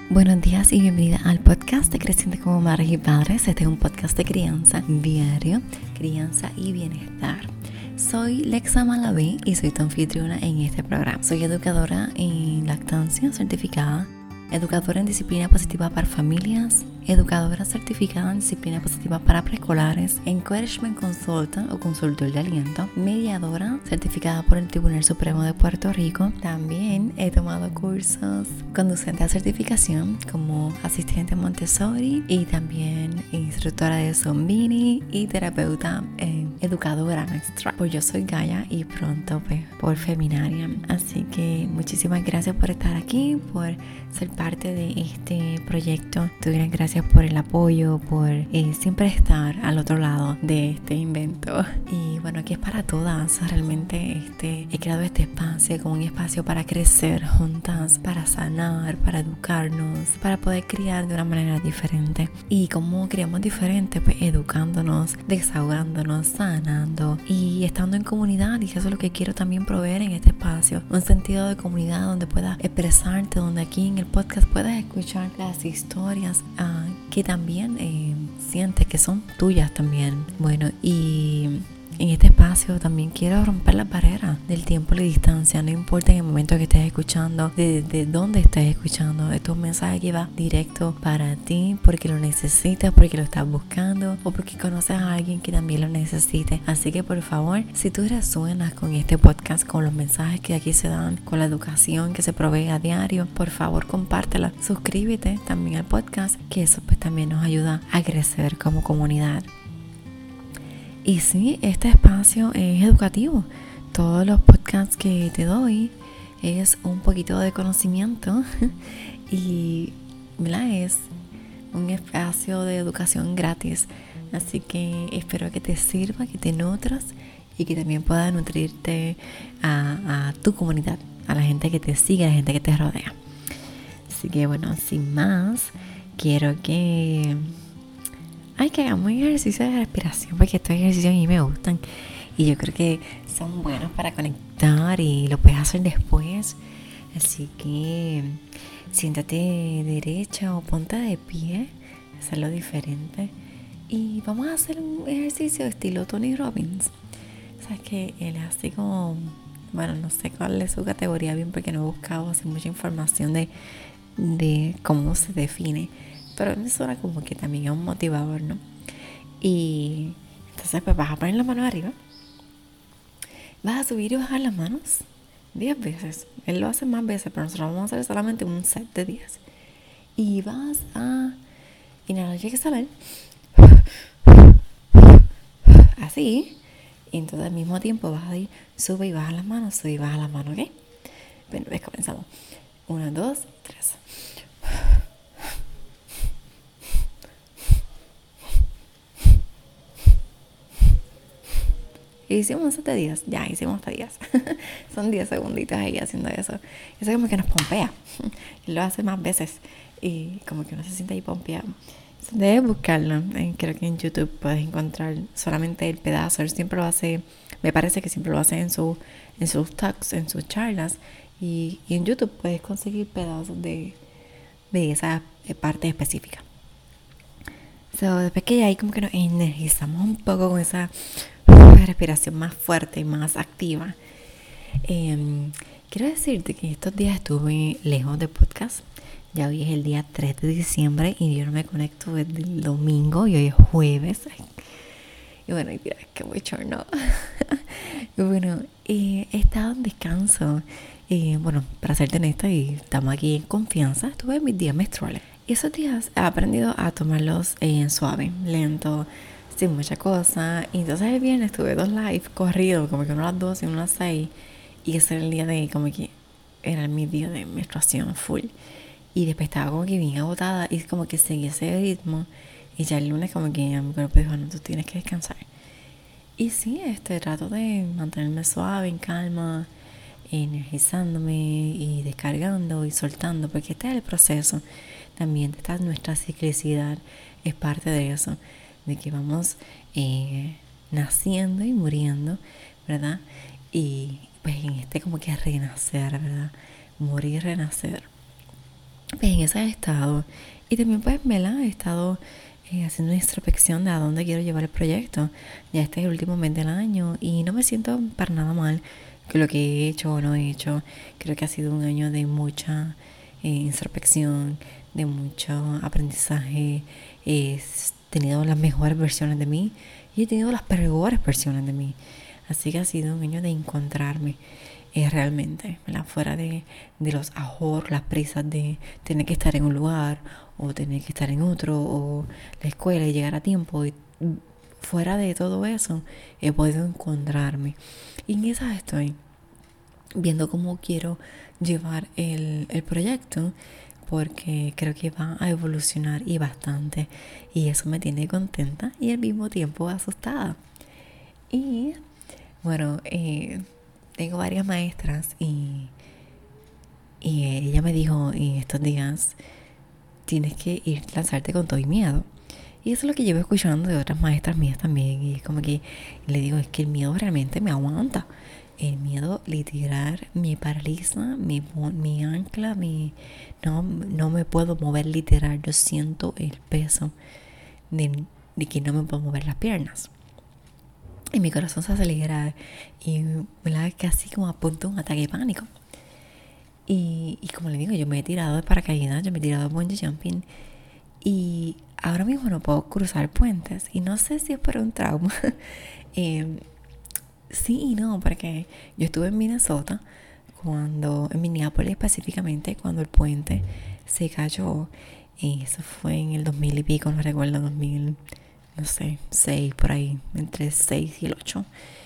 Buenos días y bienvenida al podcast de Creciendo como Madres y Padres. Este es un podcast de crianza diario, crianza y bienestar. Soy Lexa Malavé y soy tu anfitriona en este programa. Soy educadora en lactancia certificada, educadora en disciplina positiva para familias, educadora certificada en disciplina positiva para preescolares, encouragement consultant o consultor de aliento, mediadora certificada por el Tribunal Supremo de Puerto Rico. También he tomado cursos conducente a certificación como asistente Montessori y también instructora de Zombini y terapeuta educadora menstrual. Pues yo soy Gaia y pronto por Feminaria. Así que muchísimas gracias por estar aquí, por ser parte de este proyecto. Tuvieran gracias por el apoyo, por siempre estar al otro lado de este invento. Y bueno, aquí es para todas. Realmente he creado este espacio como un espacio para crecer juntas, para sanar, para educarnos, para poder criar de una manera diferente. Y como criamos diferente, pues educándonos, desahogándonos, sanando y estando en comunidad. Y eso es lo que quiero también proveer en este espacio, un sentido de comunidad donde puedas expresarte, donde aquí en el podcast puedas escuchar las historias que también sientes que son tuyas también. Bueno, y en este espacio también quiero romper las barreras del tiempo y la distancia. No importa en el momento que estés escuchando, de dónde estés escuchando. Esto es un mensaje que va directo para ti porque lo necesitas, porque lo estás buscando o porque conoces a alguien que también lo necesite. Así que por favor, si tú resuenas con este podcast, con los mensajes que aquí se dan, con la educación que se provee a diario, por favor compártela. Suscríbete también al podcast, que eso pues también nos ayuda a crecer como comunidad. Y sí, este espacio es educativo. Todos los podcasts que te doy es un poquito de conocimiento y es un espacio de educación gratis. Así que espero que te sirva, que te nutras y que también pueda nutrirte a tu comunidad, a la gente que te sigue, a la gente que te rodea. Así que bueno, sin más, quiero que hagamos un ejercicio de respiración, porque estos ejercicios a mí me gustan y yo creo que son buenos para conectar y lo puedes hacer después. Así que siéntate derecha o ponte de pie, hacerlo diferente y vamos a hacer un ejercicio estilo Tony Robbins. Sabes que él es así como, bueno, no sé cuál es su categoría bien porque no he buscado hacer mucha información de cómo se define, pero me suena como que también es un motivador, ¿no? Y entonces pues vas a poner la mano arriba, vas a subir y bajar las manos 10 veces. Él lo hace más veces, pero nosotros vamos a hacer solamente un set de 10. Y vas a inhalar y exhalar así. Y entonces al mismo tiempo vas a ir, sube y baja las manos, sube y baja las manos, ¿ok? Bueno, pues comenzamos. 1, 2, 3. Hicimos hasta 10, ya hicimos hasta 10. Son 10 segunditos ahí haciendo eso. Eso como que nos pompea. Él lo hace más veces y como que uno se siente ahí pompeado. Debes buscarlo. Creo que en YouTube puedes encontrar solamente el pedazo. Él siempre lo hace, me parece que siempre lo hace en sus talks, en sus charlas. Y en YouTube puedes conseguir pedazos de esa parte específica. Después que ya ahí como que nos energizamos un poco con esa respiración más fuerte y más activa. Quiero decirte que estos días estuve lejos de podcast. Ya hoy es el día 3 de diciembre y yo no me conecto desde el domingo y hoy es jueves. Y bueno, y mira, qué bochorno. Y bueno, he estado en descanso. Bueno, para serte honesta, y estamos aquí en confianza, estuve en mis días menstruales. Y esos días he aprendido a tomarlos suave, lento, sin mucha cosa. Y entonces el viernes tuve 2 live corridos, como que uno a las 2 y uno a las 6. Y ese era el día de, como que era mi día de menstruación full. Y después estaba como que bien agotada y como que seguí ese ritmo. Y ya el lunes como que mi cuerpo dijo, no, tú tienes que descansar. Y sí, trato de mantenerme suave, en calma, energizándome y descargando y soltando, porque este es el proceso. También nuestra ciclicidad es parte de eso, de que vamos naciendo y muriendo, ¿verdad? Y pues en como que renacer, ¿verdad? Morir y renacer. Pues en ese estado. Y también pues he estado haciendo una introspección de a dónde quiero llevar el proyecto. Ya este es el último mes del año y no me siento para nada mal con lo que he hecho o no he hecho. Creo que ha sido un año de mucha introspección, de mucho aprendizaje. He tenido las mejores versiones de mí y he tenido las peores versiones de mí. Así que ha sido un año de encontrarme realmente, ¿verdad? Fuera de los ahorros, las prisas de tener que estar en un lugar o tener que estar en otro, o la escuela y llegar a tiempo. Y fuera de todo eso, he podido encontrarme. Y en esas estoy viendo cómo quiero llevar el proyecto, porque creo que va a evolucionar y bastante. Y eso me tiene contenta y al mismo tiempo asustada. Y bueno, tengo varias maestras y ella me dijo en estos días, tienes que ir lanzarte con todo y miedo. Y eso es lo que llevo escuchando de otras maestras mías también. Y es como que le digo, es que el miedo realmente me aguanta. El miedo literal me paraliza, me ancla, no me puedo mover literal. Yo siento el peso de que no me puedo mover las piernas. Y mi corazón se acelera y me la casi como a punto de un ataque de pánico. Y como le digo, yo me he tirado de paracaídas, yo me he tirado de bungee jumping y ahora mismo no puedo cruzar puentes. Y no sé si es por un trauma. Sí y no, porque yo estuve en Minnesota, en Minneapolis específicamente, cuando el puente se cayó. Y eso fue en el 2000 y pico, no recuerdo, 2000, no sé, 6 por ahí, entre el 6 y el 8.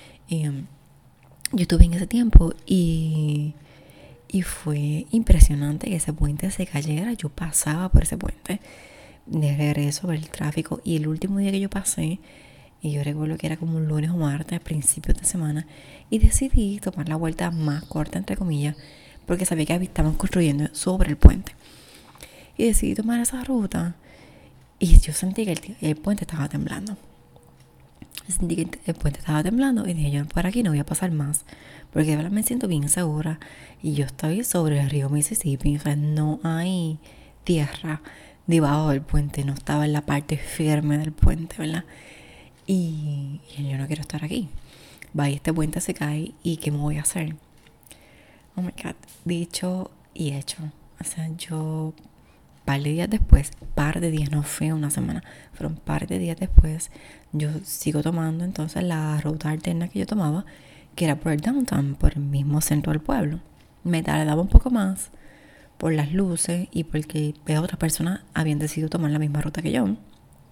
Yo estuve en ese tiempo y fue impresionante que ese puente se cayera. Yo pasaba por ese puente de regreso por el tráfico y el último día que yo pasé, y yo recuerdo que era como un lunes o martes, a principios de semana, y decidí tomar la vuelta más corta, entre comillas, porque sabía que estaban construyendo sobre el puente. Y decidí tomar esa ruta y yo sentí que el puente estaba temblando. Sentí que el puente estaba temblando y dije, yo por aquí no voy a pasar más, porque ahora me siento bien segura y yo estoy sobre el río Mississippi. O sea, no hay tierra debajo del puente, no estaba en la parte firme del puente, ¿verdad? Y yo no quiero estar aquí. Va, y este puente se cae y ¿qué me voy a hacer? Oh my God, dicho y hecho. O sea, yo par de días, no fue una semana, fueron par de días después, yo sigo tomando entonces la ruta alterna que yo tomaba, que era por el downtown, por el mismo centro del pueblo. Me tardaba un poco más por las luces y porque otras personas habían decidido tomar la misma ruta que yo.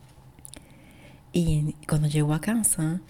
Y cuando llego a casa,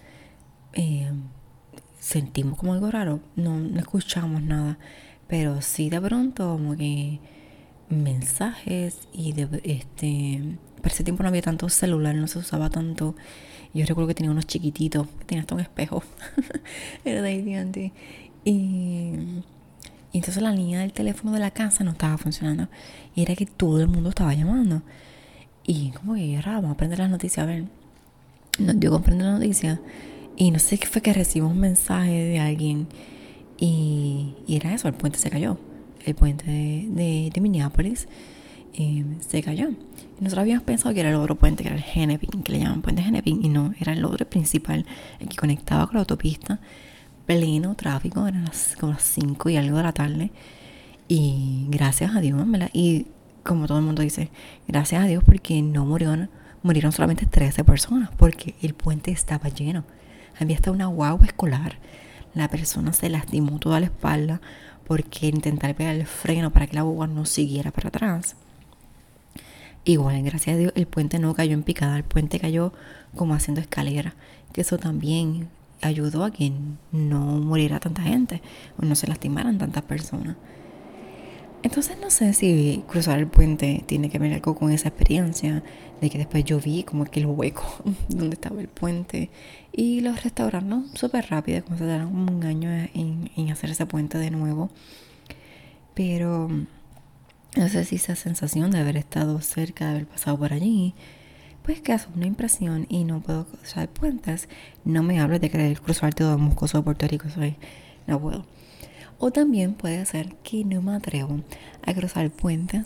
sentimos como algo raro, no escuchamos nada, pero sí de pronto como que mensajes y para ese tiempo no había tanto celular, no se usaba tanto. Yo recuerdo que tenía unos chiquititos, que tenía hasta un espejo. Era de AT&T. Y entonces la línea del teléfono de la casa no estaba funcionando y era que todo el mundo estaba llamando. Y como que era raro, vamos a aprender las noticias, a ver. No, yo comprendo la noticia y no sé qué fue, que recibimos un mensaje de alguien y era eso, el puente se cayó. El puente de Minneapolis se cayó. Y nosotros habíamos pensado que era el otro puente, que era el Hennepin, que le llaman puente Hennepin, y no, era el otro principal, el que conectaba con la autopista. Pleno tráfico, eran como las 5 y algo de la tarde. Y gracias a Dios, ¿verdad? Y como todo el mundo dice, gracias a Dios porque no murieron solamente 13 personas, porque el puente estaba lleno. Había hasta una guagua escolar. La persona se lastimó toda la espalda porque intentar pegar el freno para que la guagua no siguiera para atrás. Igual, gracias a Dios, el puente no cayó en picada, el puente cayó como haciendo escalera, que eso también ayudó a que no muriera tanta gente o no se lastimaran tantas personas. Entonces no sé si cruzar el puente tiene que ver algo con esa experiencia de que después yo vi como que el hueco donde estaba el puente y los restauraron súper rápido, como se tardaron como un año en hacer ese puente de nuevo. Pero no sé si esa sensación de haber estado cerca, de haber pasado por allí, pues que hace una impresión y no puedo cruzar puentes. No me hables de querer cruzar todo el Moscoso de Puerto Rico, no puedo. O también puede ser que no me atrevo a cruzar puentes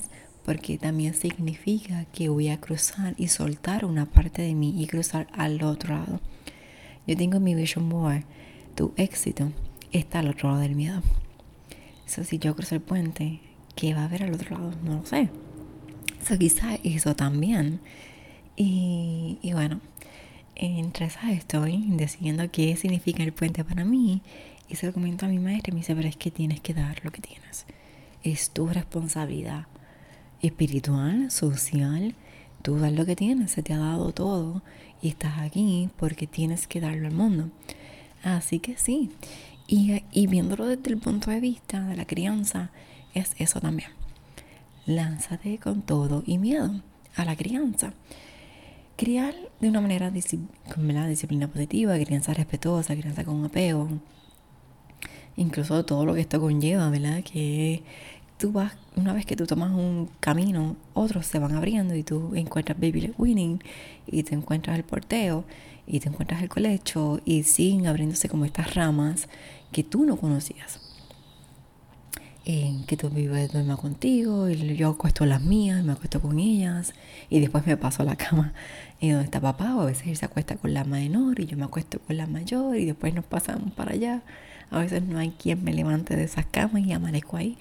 porque también significa que voy a cruzar y soltar una parte de mí y cruzar al otro lado. Yo tengo mi vision board. Tu éxito está al otro lado del miedo. Eso, si yo cruzo el puente, ¿qué va a haber al otro lado? No lo sé. Eso quizás eso también. Y bueno, entre esas estoy decidiendo qué significa el puente para mí. Y se lo comento a mi maestra y me dice, pero es que tienes que dar lo que tienes. Es tu responsabilidad espiritual, social. Tú das lo que tienes, se te ha dado todo y estás aquí porque tienes que darlo al mundo. Así que sí, y viéndolo desde el punto de vista de la crianza, es eso también. Lánzate con todo y miedo a la crianza. Criar de una manera con la disciplina positiva, crianza respetuosa, crianza con apego, incluso todo lo que esto conlleva, ¿verdad? Que tú vas, una vez que tú tomas un camino, otros se van abriendo y tú encuentras Baby Led Winning y te encuentras el porteo y te encuentras el colecho y siguen abriéndose como estas ramas que tú no conocías. Que tú vives duerma contigo y yo acuesto las mías, me acuesto con ellas y después me paso a la cama donde está papá, o a veces él se acuesta con la menor y yo me acuesto con la mayor y después nos pasamos para allá. A veces no hay quien me levante de esas camas y amanezco ahí.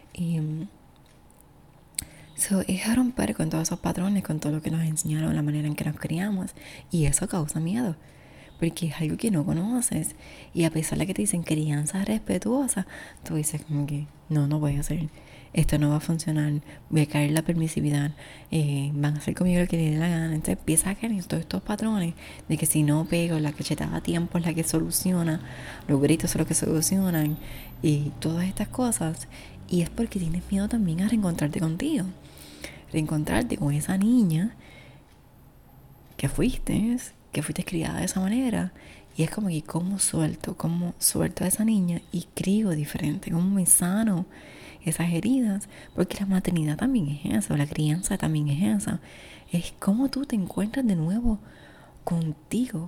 Es romper con todos esos patrones, con todo lo que nos enseñaron, la manera en que nos criamos, y eso causa miedo porque es algo que no conoces y a pesar de que te dicen crianza respetuosa, tú dices como que no voy a hacer, esto no va a funcionar, voy a caer en la permisividad, van a hacer conmigo lo que les dé la gana. Entonces empiezas a caer en todos estos patrones de que si no pego, la cachetada a tiempo es la que soluciona, los gritos son los que solucionan y todas estas cosas. Y es porque tienes miedo también a reencontrarte contigo, reencontrarte con esa niña que fuiste criada de esa manera. Y es como que cómo suelto a esa niña y crío diferente, cómo me sano esas heridas, porque la maternidad también es eso, la crianza también es eso, es cómo tú te encuentras de nuevo contigo.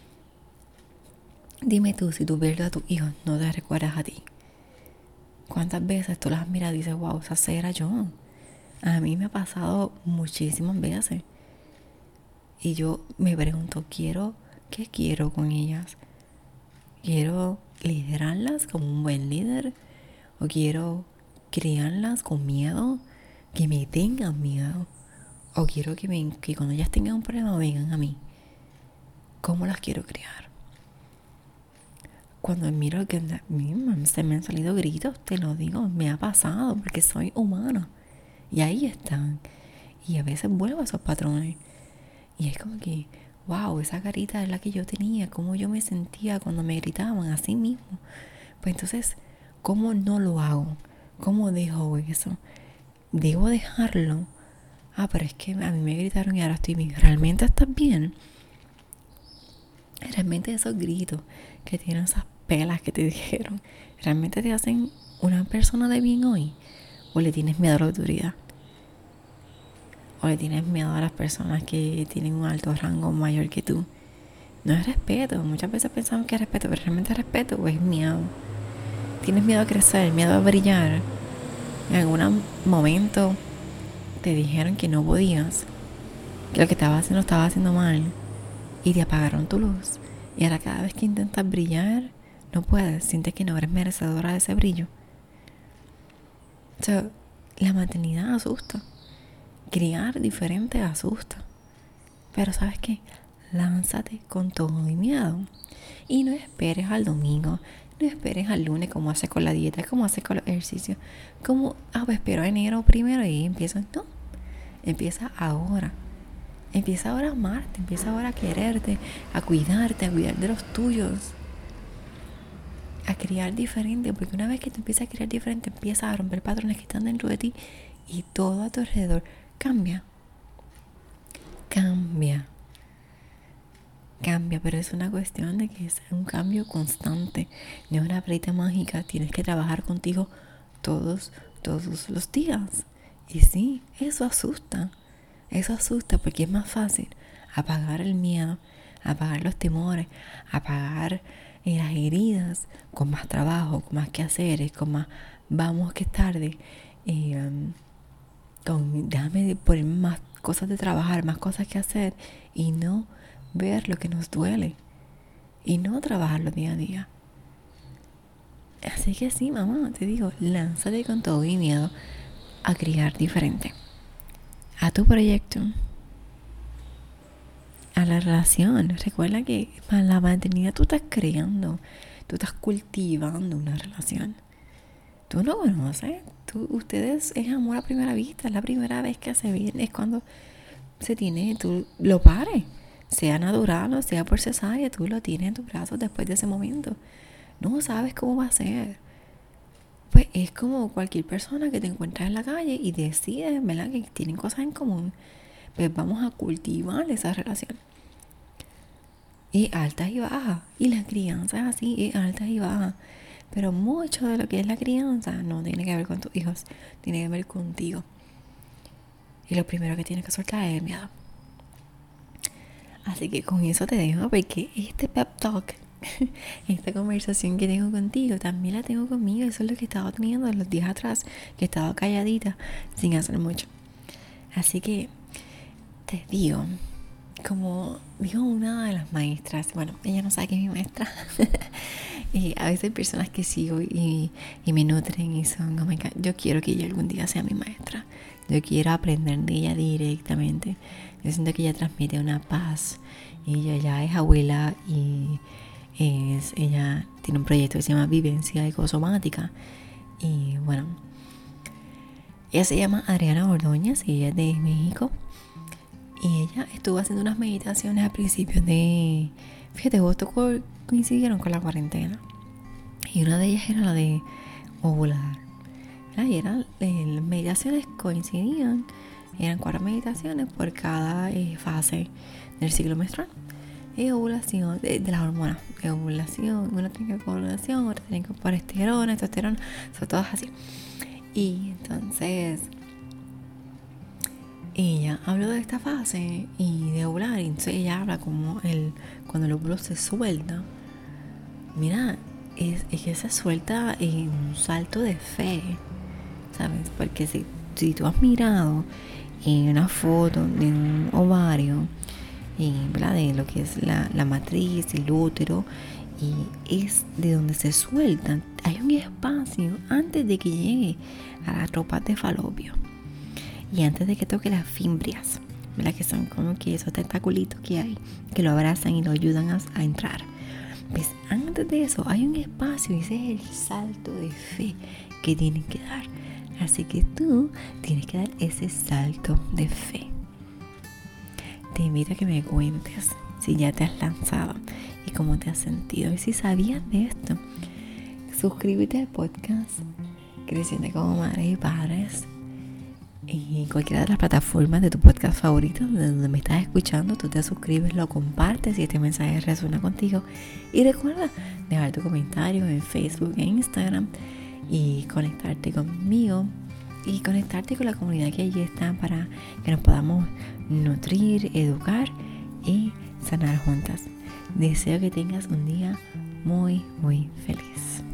Dime tú, si tú pierdes a tus hijos, no te recuerdas a ti. ¿Cuántas veces tú las miras y dices, wow, esa era yo? A mí me ha pasado muchísimas veces. Y yo me pregunto, ¿qué quiero con ellas? ¿Quiero liderarlas como un buen líder? ¿O quiero criarlas con miedo? Que me tengan miedo. ¿O quiero que cuando ellas tengan un problema vengan a mí? ¿Cómo las quiero criar? Cuando miro que a mí se me han salido gritos, te lo digo, me ha pasado porque soy humana. Y ahí están. Y a veces vuelvo a esos patrones. Y es como que, wow, esa carita es la que yo tenía, cómo yo me sentía cuando me gritaban así mismo. Pues entonces, ¿cómo no lo hago? ¿Cómo dejo eso? ¿Debo dejarlo? Pero es que a mí me gritaron y ahora estoy bien. ¿Realmente estás bien? Realmente esos gritos que tienen esas pelas que te dijeron, ¿realmente te hacen una persona de bien hoy? ¿O le tienes miedo a la autoridad? ¿O le tienes miedo a las personas que tienen un alto rango mayor que tú? No es respeto. Muchas veces pensamos que es respeto, pero realmente es respeto o es miedo. ¿Tienes miedo a crecer, miedo a brillar? En algún momento te dijeron que no podías, que lo que estabas haciendo mal, y te apagaron tu luz. Y ahora cada vez que intentas brillar, no puedes, sientes que no eres merecedora de ese brillo. O sea, la maternidad asusta. Criar diferente asusta. Pero ¿sabes qué? Lánzate con todo y miedo. Y no esperes al domingo, no esperes al lunes como haces con la dieta, como haces con los ejercicios. Como, pues espero enero primero y empiezo. No, empieza ahora. Empieza ahora a amarte, empieza ahora a quererte, a cuidarte, a cuidar de los tuyos. A criar diferente, porque una vez que te empiezas a criar diferente, empiezas a romper patrones que están dentro de ti y todo a tu alrededor cambia, pero es una cuestión de que es un cambio constante, no es una varita mágica, tienes que trabajar contigo todos los días. Y sí, eso asusta porque es más fácil apagar el miedo, apagar los temores, apagar las heridas con más trabajo, con más quehaceres, con más vamos que es tarde, déjame poner más cosas de trabajar, más cosas que hacer y no ver lo que nos duele y no trabajarlo día a día. Así que sí, mamá, te digo, lánzate con todo y miedo a criar diferente, a tu proyecto, a la relación. Recuerda que para la maternidad tú estás creando, tú estás cultivando una relación. Tú no conoces, ustedes es amor a primera vista, es la primera vez que se ven, es cuando se tiene, tú lo pares, sea natural o sea por cesárea, tú lo tienes en tus brazos después de ese momento. No sabes cómo va a ser. Pues es como cualquier persona que te encuentras en la calle y decides, ¿verdad?, que tienen cosas en común. Pues vamos a cultivar esa relación. Y altas y bajas. Y la crianza es así, es altas y bajas. Pero mucho de lo que es la crianza no tiene que ver con tus hijos, tiene que ver contigo. Y lo primero que tienes que soltar es el miedo. Así que con eso te dejo, porque este pep talk, esta conversación que tengo contigo, también la tengo conmigo. Eso es lo que estaba teniendo los días atrás, que estaba calladita, sin hacer mucho. Así que te digo, como dijo una de las maestras, bueno, ella no sabe que es mi maestra, y a veces hay personas que sigo y me nutren y son, oh my God, yo quiero que ella algún día sea mi maestra. Yo quiero aprender de ella directamente. Yo siento que ella transmite una paz. Ella ya es abuela y ella tiene un proyecto que se llama Vivencia Ecosomática. Y bueno, ella se llama Adriana Ordóñez y ella es de México. Y ella estuvo haciendo unas meditaciones a principios de... Fíjate, justo coincidieron con la cuarentena. Y una de ellas era la de ovular. Y las meditaciones coincidían. Eran 4 meditaciones por cada fase del ciclo menstrual. Ovulación de las hormonas. Ovulación, una tiene que ver con ovulación, otra tiene que ver con progesterona, testosterona, son todas así. Y entonces ella habló de esta fase y de ovular. Y entonces ella habla como cuando el óvulo se suelta. Mira, es que se suelta en un salto de fe, ¿sabes? Porque si tú has mirado en una foto de un ovario, ¿verdad?, de lo que es la matriz, el útero, y es de donde se sueltan, hay un espacio antes de que llegue a la tropa de falopio y antes de que toque las fimbrias, ¿verdad?, que son como que esos tentaculitos que hay, que lo abrazan y lo ayudan a entrar. Pues antes de eso hay un espacio, y ese es el salto de fe que tienen que dar. Así que tú tienes que dar ese salto de fe. Te invito a que me cuentes si ya te has lanzado y cómo te has sentido. Y si sabías de esto, suscríbete al podcast Creciendo como Madres y Padres. Y cualquiera de las plataformas de tu podcast favorito, de donde me estás escuchando, tú te suscribes, lo compartes si este mensaje resuena contigo. Y recuerda dejar tu comentario en Facebook e Instagram y conectarte conmigo y conectarte con la comunidad que allí está para que nos podamos nutrir, educar y sanar juntas. Deseo que tengas un día muy, muy feliz.